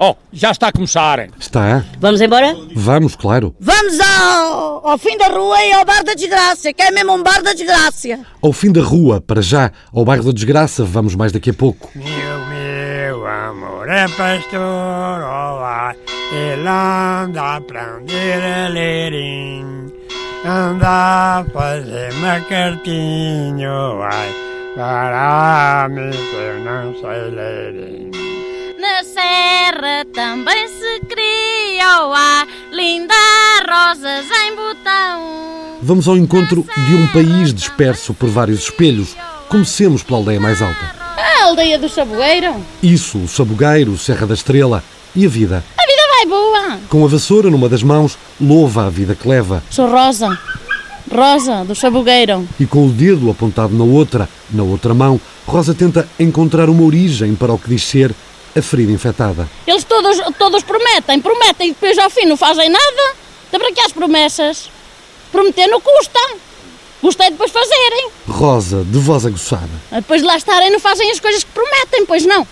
Oh, já está a começar. Está? Vamos embora? Vamos, claro. Vamos ao fim da rua e ao Bar da Desgraça, que é mesmo um bar da desgraça. Ao fim da rua, para já, ao bairro da Desgraça, vamos mais daqui a pouco. Meu amor é pastor, olá, ele anda a aprender a ler, anda a fazer uma cartinha, ai, para mim que eu não sei ler. Na serra também se cria o ar, linda rosas em botão. Vamos ao encontro de um país disperso por vários espelhos. Comecemos pela aldeia mais alta. A aldeia do Saboeiro. Isso, o Sabugueiro, Serra da Estrela e a vida. A vida vai boa. Com a vassoura numa das mãos, louva a vida que leva. Sou Rosa do Saboeiro. E com o dedo apontado na outra mão, Rosa tenta encontrar uma origem para o que diz ser a ferida infectada. Eles todos prometem e depois ao fim não fazem nada. Então para que as promessas? Prometer não custa. Custa é depois fazerem. Rosa, de voz aguçada. Depois de lá estarem não fazem as coisas que prometem, pois não.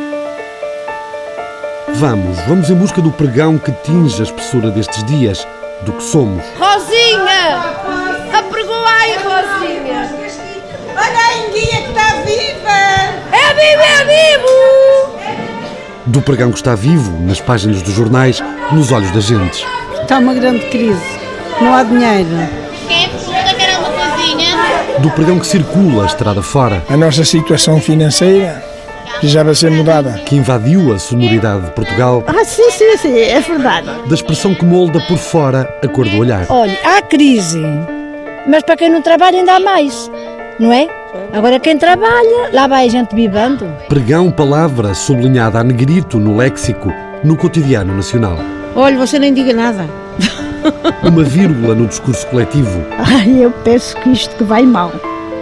Vamos em busca do pregão que tinge a espessura destes dias, do que somos. Rosinha! Apregoai, Rosinha! Olha a enguia que está viva! É vivo, é vivo! Do pregão que está vivo, nas páginas dos jornais, nos olhos das gentes. Está uma grande crise. Não há dinheiro. Quer uma coisinha? Do pregão que circula a estrada fora, A nossa situação financeira precisava ser mudada. que invadiu a sonoridade de Portugal, Sim, é verdade. da expressão que molda por fora a cor do olhar. Olha, há crise, mas para quem não trabalha ainda há mais, não é? Agora quem trabalha, lá vai a gente vivendo. Pregão, palavra sublinhada a negrito no léxico, no cotidiano nacional. Olha, você nem diga nada. Uma vírgula no discurso coletivo. Ai, eu penso que isto que vai mal.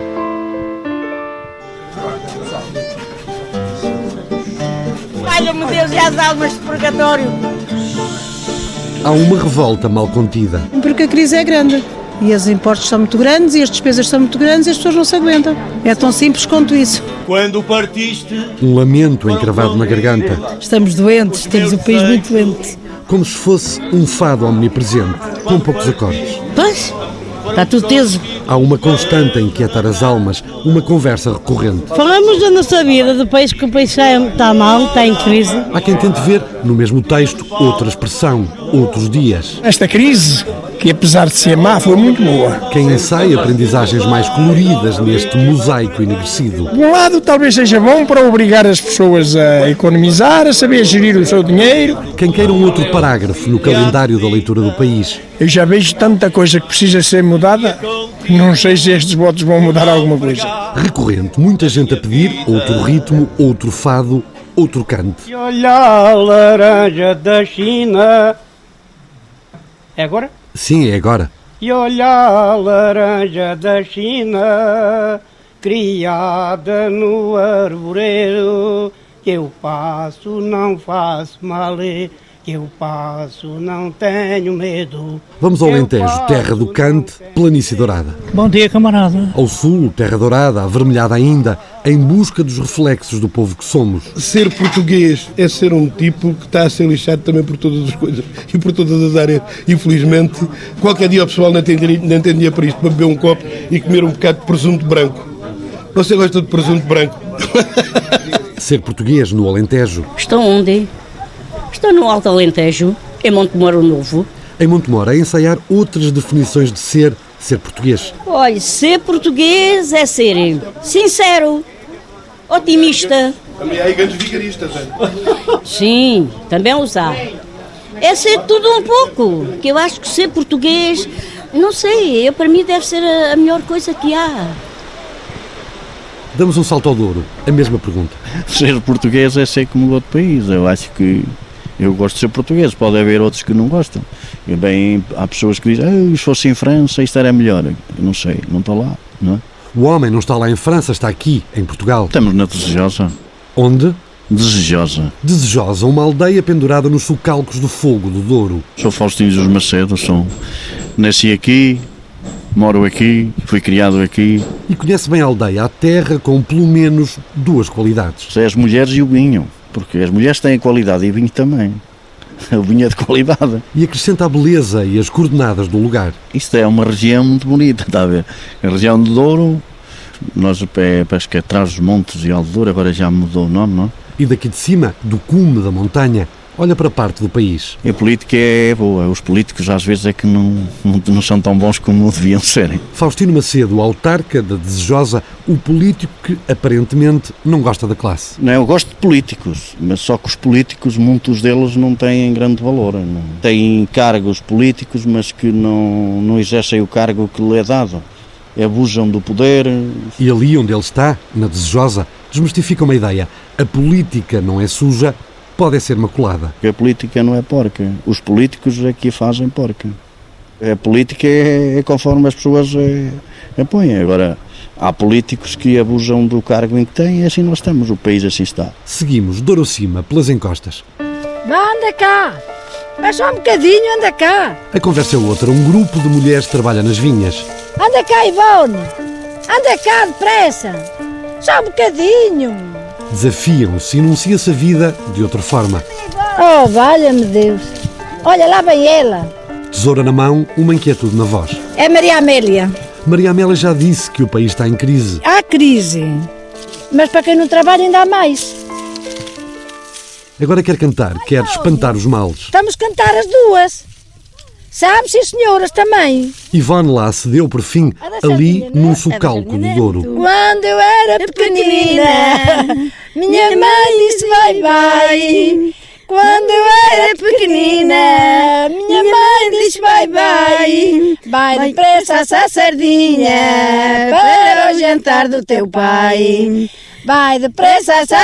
Valha-me Deus e as almas de purgatório! Há uma revolta mal contida. Porque a crise é grande. E os impostos são muito grandes, e as despesas são muito grandes, e as pessoas não se aguentam. É tão simples quanto isso. Quando partiste, Um lamento encravado na garganta, Estamos doentes, temos o país muito doente. como se fosse um fado omnipresente, com poucos acordes. Pois, está tudo teso. Há uma constante a inquietar as almas, uma conversa recorrente. Falamos da nossa vida, do país que o país está mal, está em crise. Há quem tente ver, no mesmo texto, outra expressão, outros dias. Esta crise, que apesar de ser má, foi muito boa. Quem ensaia aprendizagens mais coloridas neste mosaico enegrecido. De um lado, talvez seja bom para obrigar as pessoas a economizar, a saber gerir o seu dinheiro. Quem queira um outro parágrafo no calendário da leitura do país. Eu já vejo tanta coisa que precisa ser mudada, que não sei se estes votos vão mudar alguma coisa. Recorrente, muita gente a pedir outro ritmo, outro fado, outro cante. E olha a laranja da China. É agora? Sim, é agora. E olha a laranja da China, criada no arvoredo, que eu passo, não faço mal, que eu passo, não tenho medo. Vamos ao Alentejo, terra do cante, planície dourada. Bom dia, camarada. Ao sul, terra dourada, avermelhada ainda, em busca dos reflexos do povo que somos. Ser português é ser um tipo que está a ser lixado também por todas as coisas e por todas as áreas. Infelizmente, qualquer dia o pessoal não tem dinheiro para isto, para beber um copo e comer um bocado de presunto branco. Você gosta de presunto branco? Ser português no Alentejo. Estou onde? Estou no Alto Alentejo, em Montemoro Novo. Em Montemor, a ensaiar outras definições de ser português. Olha, ser português é ser sincero, otimista. Também há grandes vigaristas, é? Sim, também usar. É ser tudo um pouco, que eu acho que ser português, não sei, para mim deve ser a melhor coisa que há. Damos um salto ao Douro, a mesma pergunta. Ser português é ser como outro país. Eu acho que eu gosto de ser português, pode haver outros que não gostam. E bem, há pessoas que dizem, se fosse em França isto era melhor. Eu não sei, não estou lá, não é? O homem não está lá em França, está aqui, em Portugal. Estamos na Desejosa. Onde? Desejosa. Desejosa, uma aldeia pendurada nos socalcos do fogo do Douro. Sou Faustinho dos Macedo, nasci aqui, moro aqui, fui criado aqui. E conhece bem a aldeia, a terra com pelo menos duas qualidades. É as mulheres e o vinho. porque as mulheres têm qualidade e o vinho também. O vinho é de qualidade. E acrescenta a beleza e as coordenadas do lugar. Isto é uma região muito bonita, está a ver? A região do Douro, nós parece que é atrás dos montes e Alto Douro, agora já mudou o nome, não? E daqui de cima, do cume da montanha, olha para parte do país. A política é boa, os políticos às vezes é que não são tão bons como deviam serem. Faustino Macedo, autarca da Desejosa, o político que aparentemente não gosta da classe. Não, eu gosto de políticos, mas só que os políticos, muitos deles não têm grande valor. Não. Têm cargos políticos, mas que não exercem o cargo que lhe é dado. Abusam do poder. E ali onde ele está, na Desejosa, desmistifica uma ideia. A política não é suja, pode ser maculada. A política não é porca. Os políticos é que a fazem porca. A política é conforme as pessoas apoiam. Agora, há políticos que abusam do cargo em que têm e assim nós estamos. O país assim está. Seguimos Douro acima, pelas encostas. Anda cá! Mas só um bocadinho, anda cá! A conversa é outra. Um grupo de mulheres trabalha nas vinhas. Anda cá, Ivone! Anda cá, depressa! Só um bocadinho! Desafiam-se e enuncia-se a vida de outra forma. Oh, valha-me Deus! Olha, lá vem ela! Tesoura na mão, uma inquietude na voz. É Maria Amélia. Maria Amélia já disse que o país está em crise. Há crise, mas para quem não trabalha ainda há mais. Agora quer cantar, quer espantar os males. Vamos cantar as duas. Sabe, sim senhoras, também. Ivone lá se deu por fim, ali num socalco do Douro. Quando eu era pequenina, minha mãe disse vai, vai. Quando eu era pequenina, minha mãe disse vai, vai. Vai depressa essa sardinha para o jantar do teu pai. Vai depressa essa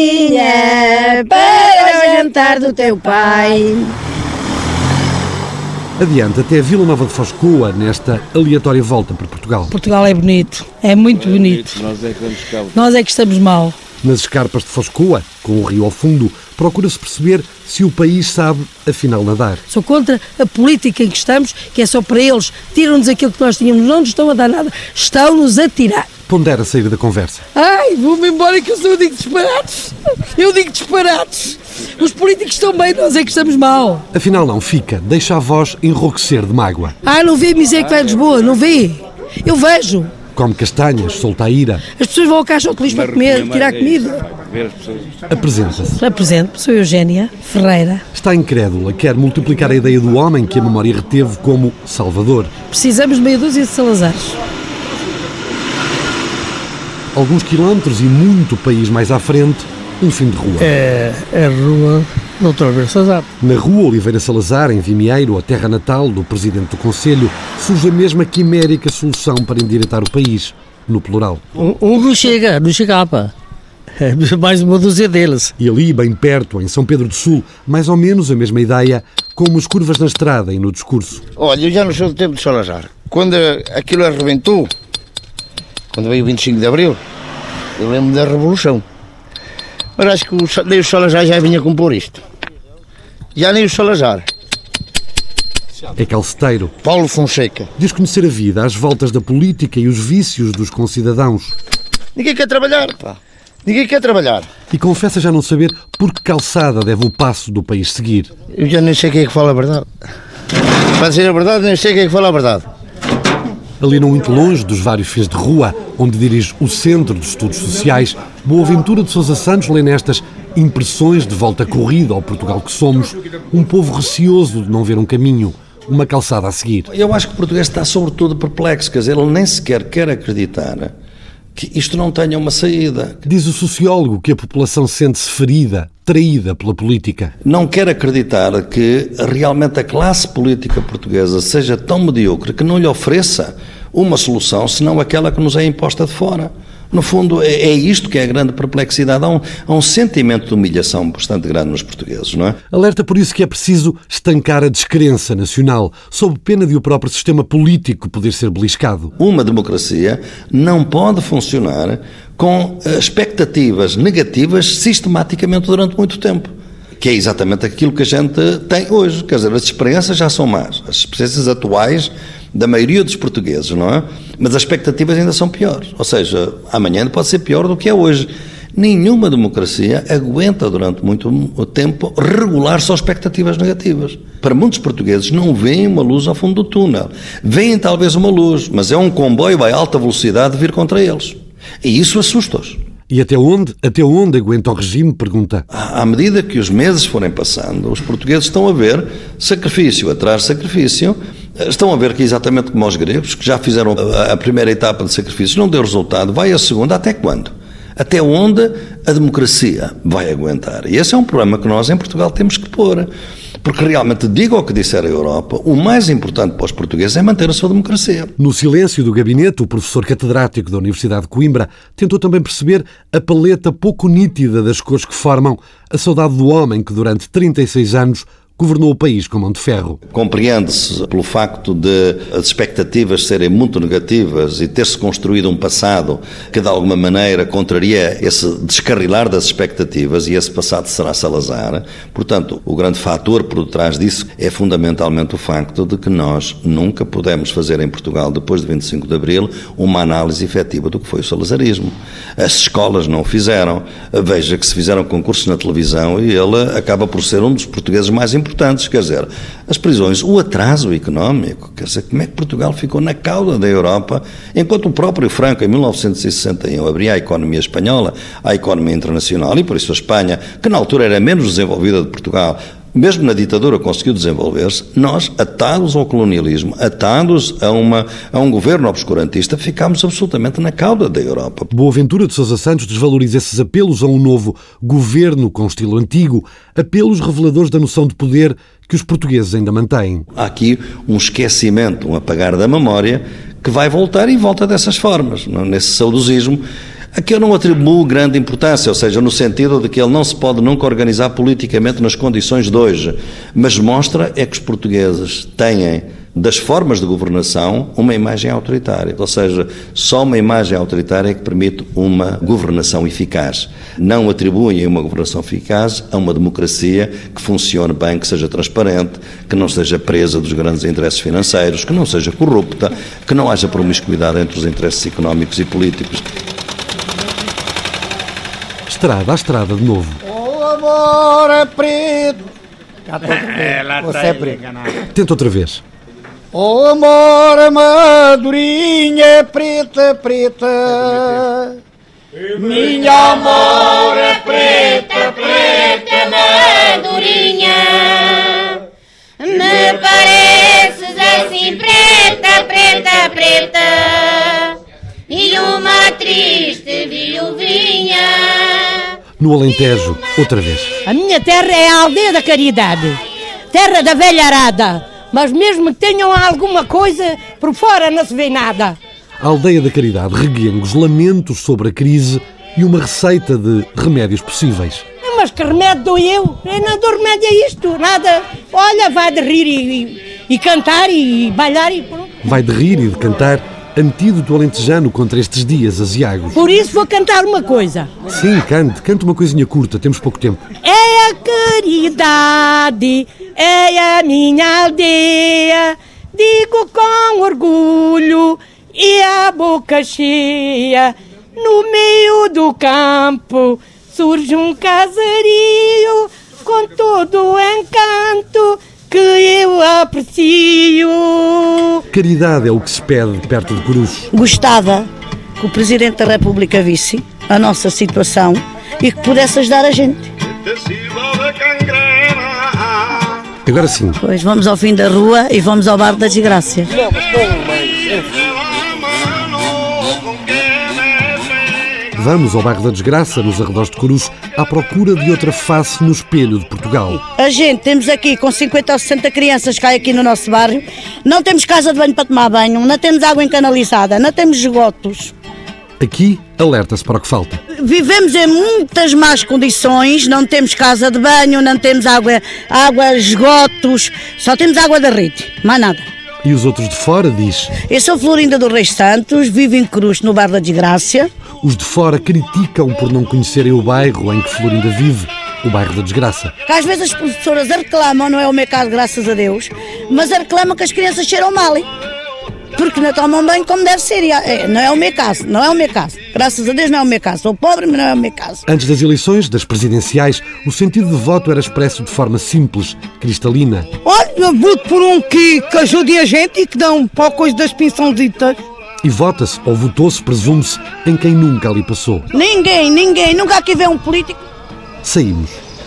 sardinha para o jantar do teu pai. Adiante até Vila Nova de Foscoa, nesta aleatória volta por Portugal. Portugal é bonito, é muito bonito. Nós é que estamos mal. Nas escarpas de Foscoa, com o rio ao fundo, procura-se perceber se o país sabe, afinal, nadar. Sou contra a política em que estamos, que é só para eles. Tiram-nos aquilo que nós tínhamos, não nos estão a dar nada. Estão-nos a tirar. Pondera sair da conversa. Ai, vou-me embora que eu digo disparates. Eu digo disparates. Os políticos estão bem, nós é que estamos mal. Afinal não, fica. Deixa a voz enrouquecer de mágoa. Não vê a miséria que vai a Lisboa, não vê? Eu vejo. Come castanhas, solta a ira. As pessoas vão ao caixa de lixo para comer, tirar comida. Apresenta-se. Apresento, sou Eugénia Ferreira. Está incrédula, quer multiplicar a ideia do homem que a memória reteve como Salvador. Precisamos de meia dúzia de Salazares. Alguns quilómetros e muito país mais à frente, um fim de rua. É a rua Dr. Oliveira Salazar. Na rua Oliveira Salazar, em Vimieiro, a terra natal do presidente do Conselho, surge a mesma quimérica solução para endireitar o país, no plural. Não chegava. É mais uma dúzia deles. E ali, bem perto, em São Pedro do Sul, mais ou menos a mesma ideia, com as curvas na estrada e no discurso. Olha, eu já não sou do tempo de Salazar. Quando aquilo arrebentou, quando veio o 25 de Abril, eu lembro da Revolução. Mas acho que nem o Salazar já vinha compor isto. Já nem o Salazar. É calceteiro. Paulo Fonseca. Diz conhecer a vida, às voltas da política e os vícios dos concidadãos. Ninguém quer trabalhar, pá. Ninguém quer trabalhar. E confessa já não saber por que calçada deve o passo do país seguir. Eu já nem sei quem é que fala a verdade. Para dizer a verdade, nem sei quem é que fala a verdade. Ali não muito longe dos vários fins de rua, onde dirige o Centro de Estudos Sociais, Boaventura de Sousa Santos lê nestas impressões de volta corrida ao Portugal que somos, um povo receoso de não ver um caminho, uma calçada a seguir. Eu acho que o português está sobretudo perplexo, quer dizer, ele nem sequer quer acreditar que isto não tenha uma saída. Diz o sociólogo que a população sente-se ferida, traída pela política. Não quer acreditar que realmente a classe política portuguesa seja tão medíocre que não lhe ofereça uma solução senão aquela que nos é imposta de fora. No fundo, é isto que é a grande perplexidade. Há um sentimento de humilhação bastante grande nos portugueses, não é? Alerta por isso que é preciso estancar a descrença nacional, sob pena de o próprio sistema político poder ser beliscado. Uma democracia não pode funcionar com expectativas negativas sistematicamente durante muito tempo, que é exatamente aquilo que a gente tem hoje. Quer dizer, as experiências já são más, as experiências atuais da maioria dos portugueses, não é? Mas as expectativas ainda são piores, ou seja, amanhã pode ser pior do que é hoje. Nenhuma democracia aguenta durante muito tempo regular só expectativas negativas. Para muitos portugueses não veem uma luz ao fundo do túnel. Veem talvez uma luz, mas é um comboio a alta velocidade vir contra eles. E isso assusta-os. E até onde aguenta o regime? Pergunta. À medida que os meses forem passando, os portugueses estão a ver sacrifício atrás de sacrifício. Estão a ver que, exatamente como os gregos, que já fizeram a primeira etapa de sacrifício, não deu resultado, vai a segunda, até quando? Até onde a democracia vai aguentar? E esse é um problema que nós em Portugal temos que pôr. Porque realmente, diga o que disser a Europa, o mais importante para os portugueses é manter a sua democracia. No silêncio do gabinete, o professor catedrático da Universidade de Coimbra tentou também perceber a paleta pouco nítida das cores que formam a saudade do homem que durante 36 anos governou o país com mão de ferro. Compreende-se pelo facto de as expectativas serem muito negativas e ter-se construído um passado que de alguma maneira contraria esse descarrilar das expectativas, e esse passado será Salazar. Portanto, o grande fator por detrás disso é fundamentalmente o facto de que nós nunca pudemos fazer em Portugal, depois de 25 de Abril, uma análise efetiva do que foi o salazarismo. As escolas não o fizeram. Veja que se fizeram concursos na televisão e ele acaba por ser um dos portugueses mais importantes, quer dizer, as prisões, o atraso económico, quer dizer, como é que Portugal ficou na cauda da Europa, enquanto o próprio Franco, em 1961, abria a economia espanhola à economia internacional, e por isso a Espanha, que na altura era menos desenvolvida de Portugal, mesmo na ditadura conseguiu desenvolver-se, nós, atados ao colonialismo, atados a um governo obscurantista, ficámos absolutamente na cauda da Europa. Boaventura de Sousa Santos desvaloriza esses apelos a um novo governo com estilo antigo, apelos reveladores da noção de poder que os portugueses ainda mantêm. Há aqui um esquecimento, um apagar da memória, que vai voltar e volta dessas formas, nesse saudosismo, a que eu não atribuo grande importância, ou seja, no sentido de que ele não se pode nunca organizar politicamente nas condições de hoje, mas mostra é que os portugueses têm, das formas de governação, uma imagem autoritária, ou seja, só uma imagem autoritária é que permite uma governação eficaz. Não atribuem uma governação eficaz a uma democracia que funcione bem, que seja transparente, que não seja presa dos grandes interesses financeiros, que não seja corrupta, que não haja promiscuidade entre os interesses económicos e políticos. À estrada de novo. O amor é preto. Você é preto. Tenta outra vez. O amor é madurinha, é preta, preta. Minha amor é preta, preta, madurinha. Me pareces assim preta, preta, preta. E uma triste viuvinha. No Alentejo, outra vez. A minha terra é a Aldeia da Caridade, terra da velha arada, mas mesmo que tenham alguma coisa, por fora não se vê nada. A Aldeia da Caridade, reguengos, lamentos sobre a crise e uma receita de remédios possíveis. Mas que remédio dou eu? Eu não dou remédio a isto, nada. Olha, vai de rir e cantar e bailar e pronto. Vai de rir e de cantar. Antídoto alentejano contra estes dias aziagos. Por isso vou cantar uma coisa. Sim, cante uma coisinha curta, temos pouco tempo. É a caridade, é a minha aldeia, digo com orgulho e a boca cheia. No meio do campo surge um casario com todo o encanto que eu aprecio. Caridade é o que se pede perto de Coruço. Gostava que o Presidente da República visse a nossa situação e que pudesse ajudar a gente. Agora sim. Pois vamos ao fim da rua e vamos ao Bar da Desgraça. Vamos ao bairro da Desgraça, nos arredores de Coruço, à procura de outra face no espelho de Portugal. A gente, temos aqui com 50 ou 60 crianças que há aqui no nosso bairro, não temos casa de banho para tomar banho, não temos água encanalizada, não temos esgotos. Aqui, alerta-se para o que falta. Vivemos em muitas más condições, não temos casa de banho, não temos água, esgotos, só temos água da rede, mais nada. E os outros de fora, diz? Eu sou Florinda do Reis Santos, vivo em Coruço, no Bar da Desgraça. Os de fora criticam por não conhecerem o bairro em que Florinda vive, o bairro da Desgraça. Que às vezes as professoras reclamam, não é o meu caso, graças a Deus, mas reclamam que as crianças cheiram mal, porque não tomam bem como deve ser. Não é o meu caso, não é o meu caso. Graças a Deus não é o meu caso. Sou pobre, mas não é o meu caso. Antes das eleições, das presidenciais, o sentido de voto era expresso de forma simples, cristalina. Olha, eu voto por um que ajude a gente e que dá um pouco coisa das pensãozitas. E vota-se, ou votou-se, presume-se, em quem nunca ali passou. Ninguém. Nunca aqui vê um político. Saímos.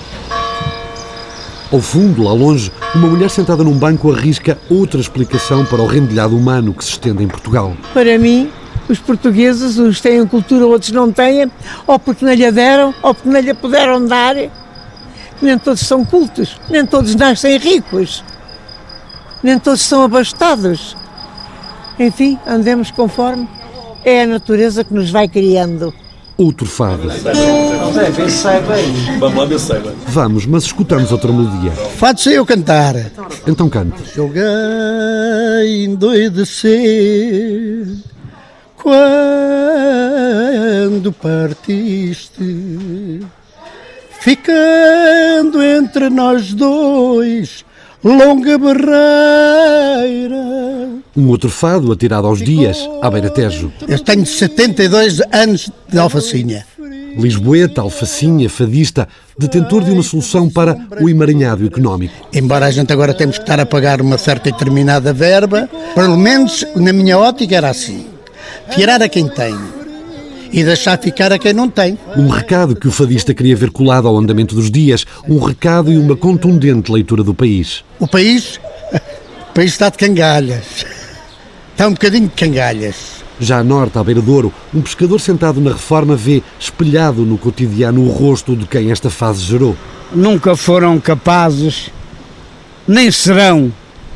Ao fundo, lá longe, uma mulher sentada num banco arrisca outra explicação para o rendilhado humano que se estende em Portugal. Para mim, os portugueses, uns têm cultura, outros não têm, ou porque não lhe deram, ou porque não lhe puderam dar. Nem todos são cultos, nem todos nascem ricos, nem todos são abastados. Enfim, andemos conforme é a natureza que nos vai criando. Outro fado. Vamos lá ver se sai bem. Vamos, mas escutamos outra melodia. Fado sei eu cantar. Então cante. Joguei endoidecer quando partiste, ficando entre nós dois longa barreira. Um outro fado atirado aos dias, à beira-tejo. Eu tenho 72 anos de alfacinha. Lisboeta, alfacinha, fadista, detentor de uma solução para o emaranhado económico. Embora a gente agora temos que estar a pagar uma certa e determinada verba, pelo menos na minha ótica era assim. Tirar a quem tem e deixar ficar a quem não tem. Um recado que o fadista queria ver colado ao andamento dos dias, um recado e uma contundente leitura do país. O país está de cangalhas. Está um bocadinho de cangalhas. Já a norte, à beira do Douro, um pescador sentado na Reforma vê espelhado no cotidiano o rosto de quem esta fase gerou. Nunca foram capazes, nem serão,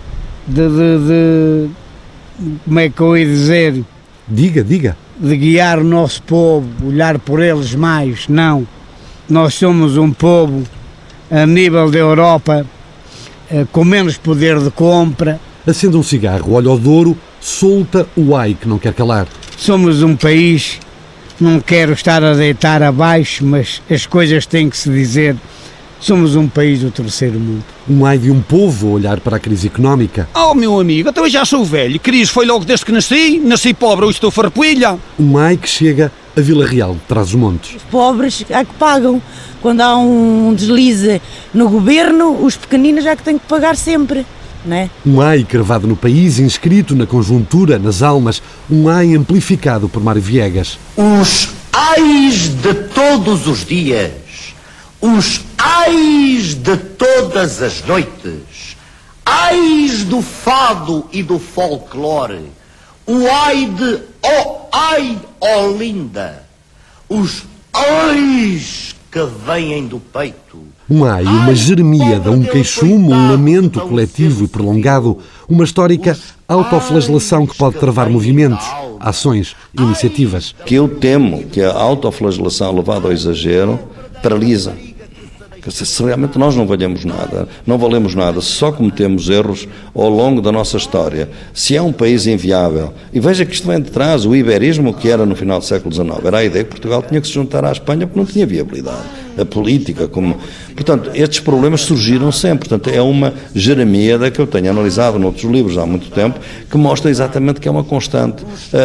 de como é que eu ia dizer? Diga. De guiar o nosso povo, olhar por eles mais, não. Nós somos um povo, a nível da Europa, com menos poder de compra. Acende um cigarro, olha ao Douro, solta o ai que não quer calar. Somos um país, não quero estar a deitar abaixo, mas as coisas têm que se dizer. Somos um país do terceiro mundo. Um ai de um povo a olhar para a crise económica. Oh, meu amigo, então eu já sou velho. Crise foi logo desde que nasci pobre, hoje estou farpilha. Um ai que chega a Vila Real de Trás-os-Montes. Os pobres é que pagam. Quando há um deslize no governo, os pequeninos é que têm que pagar sempre. Não é? Um ai cravado no país, inscrito na conjuntura, nas almas. Um ai amplificado por Mário Viegas. Os ais de todos os dias. Os ais de todas as noites, ais do fado e do folclore, o ai de ai, linda, os ais que vêm do peito. Um ai, uma jeremíada, um queixume, um lamento coletivo e prolongado, uma histórica autoflagelação que pode travar movimentos, ações, iniciativas. Que eu temo que a autoflagelação levada ao exagero paralisa. Se realmente nós não valemos nada, não valemos nada, só cometemos erros ao longo da nossa história, se é um país inviável, e veja que isto vem de trás, o iberismo que era no final do século XIX, era a ideia que Portugal tinha que se juntar à Espanha porque não tinha viabilidade, a política, portanto, estes problemas surgiram sempre, portanto, é uma jeremíada que eu tenho analisado noutros livros há muito tempo, que mostra exatamente que é uma constante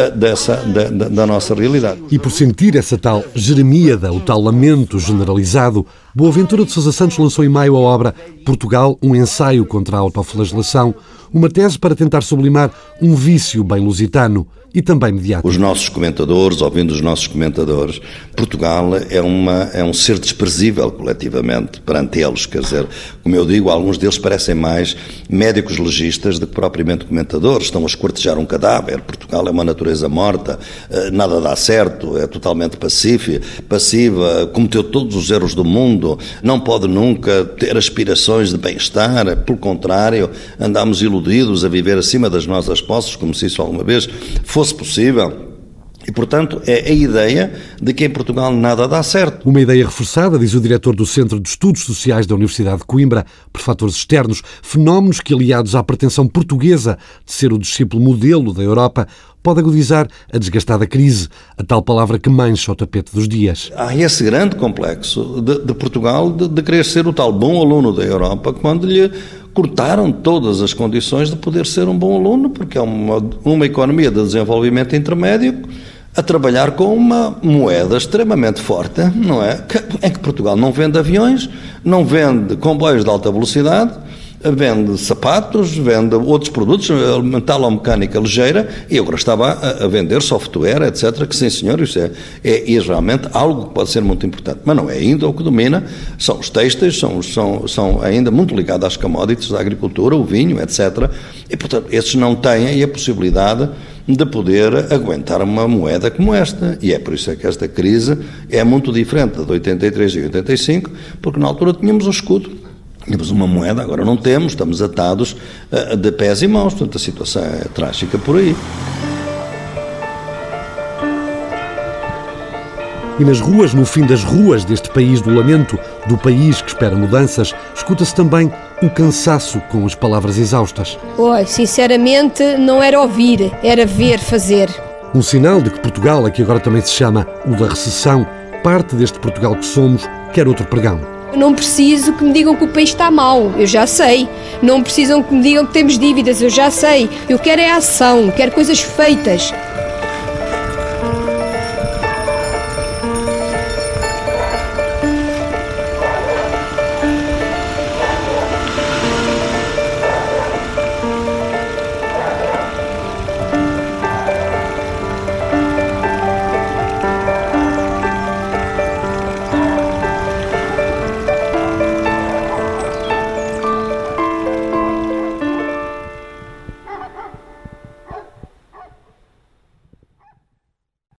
da nossa realidade. E por sentir essa tal jeremíada, o tal lamento generalizado, Boaventura de Sousa Santos lançou em maio a obra Portugal, um ensaio contra a autoflagelação, uma tese para tentar sublimar um vício bem lusitano e também mediático. Os nossos comentadores, ouvindo os nossos comentadores, Portugal é um ser desprezível coletivamente perante eles, quer dizer, como eu digo, alguns deles parecem mais médicos legistas do que propriamente comentadores, estão a esquartejar um cadáver, Portugal é uma natureza morta, nada dá certo, é totalmente passiva, cometeu todos os erros do mundo, não pode nunca ter aspirações de bem-estar, pelo contrário, andamos iludidos a viver acima das nossas posses, como se isso alguma vez fosse possível. E, portanto, é a ideia de que em Portugal nada dá certo. Uma ideia reforçada, diz o diretor do Centro de Estudos Sociais da Universidade de Coimbra, por fatores externos, fenómenos que, aliados à pretensão portuguesa de ser o discípulo modelo da Europa, pode agudizar a desgastada crise, a tal palavra que mancha o tapete dos dias. Há esse grande complexo de Portugal de querer ser o tal bom aluno da Europa, quando lhe cortaram todas as condições de poder ser um bom aluno, porque é uma economia de desenvolvimento intermédio, a trabalhar com uma moeda extremamente forte, não é? Em que Portugal não vende aviões, não vende comboios de alta velocidade, vende sapatos, vende outros produtos, metalomecânica ligeira, e agora estava a vender software, etc., que sim senhor, isso é realmente algo que pode ser muito importante, mas não é ainda o que domina, são os têxteis, são ainda muito ligados às commodities da agricultura, o vinho, etc., e portanto esses não têm a possibilidade de poder aguentar uma moeda como esta, e é por isso que esta crise é muito diferente de 83 e 85, porque na altura tínhamos um escudo, tínhamos uma moeda, agora não temos, estamos atados de pés e mãos, portanto a situação é trágica por aí. E nas ruas, no fim das ruas deste país do lamento, do país que espera mudanças, escuta-se também o cansaço com as palavras exaustas. Oi, sinceramente, não era ouvir, era ver, fazer. Um sinal de que Portugal, a que agora também se chama o da recessão, parte deste Portugal que somos, quer outro pregão. Eu não preciso que me digam que o país está mau, eu já sei. Não precisam que me digam que temos dívidas, eu já sei. Eu quero é ação, quero coisas feitas.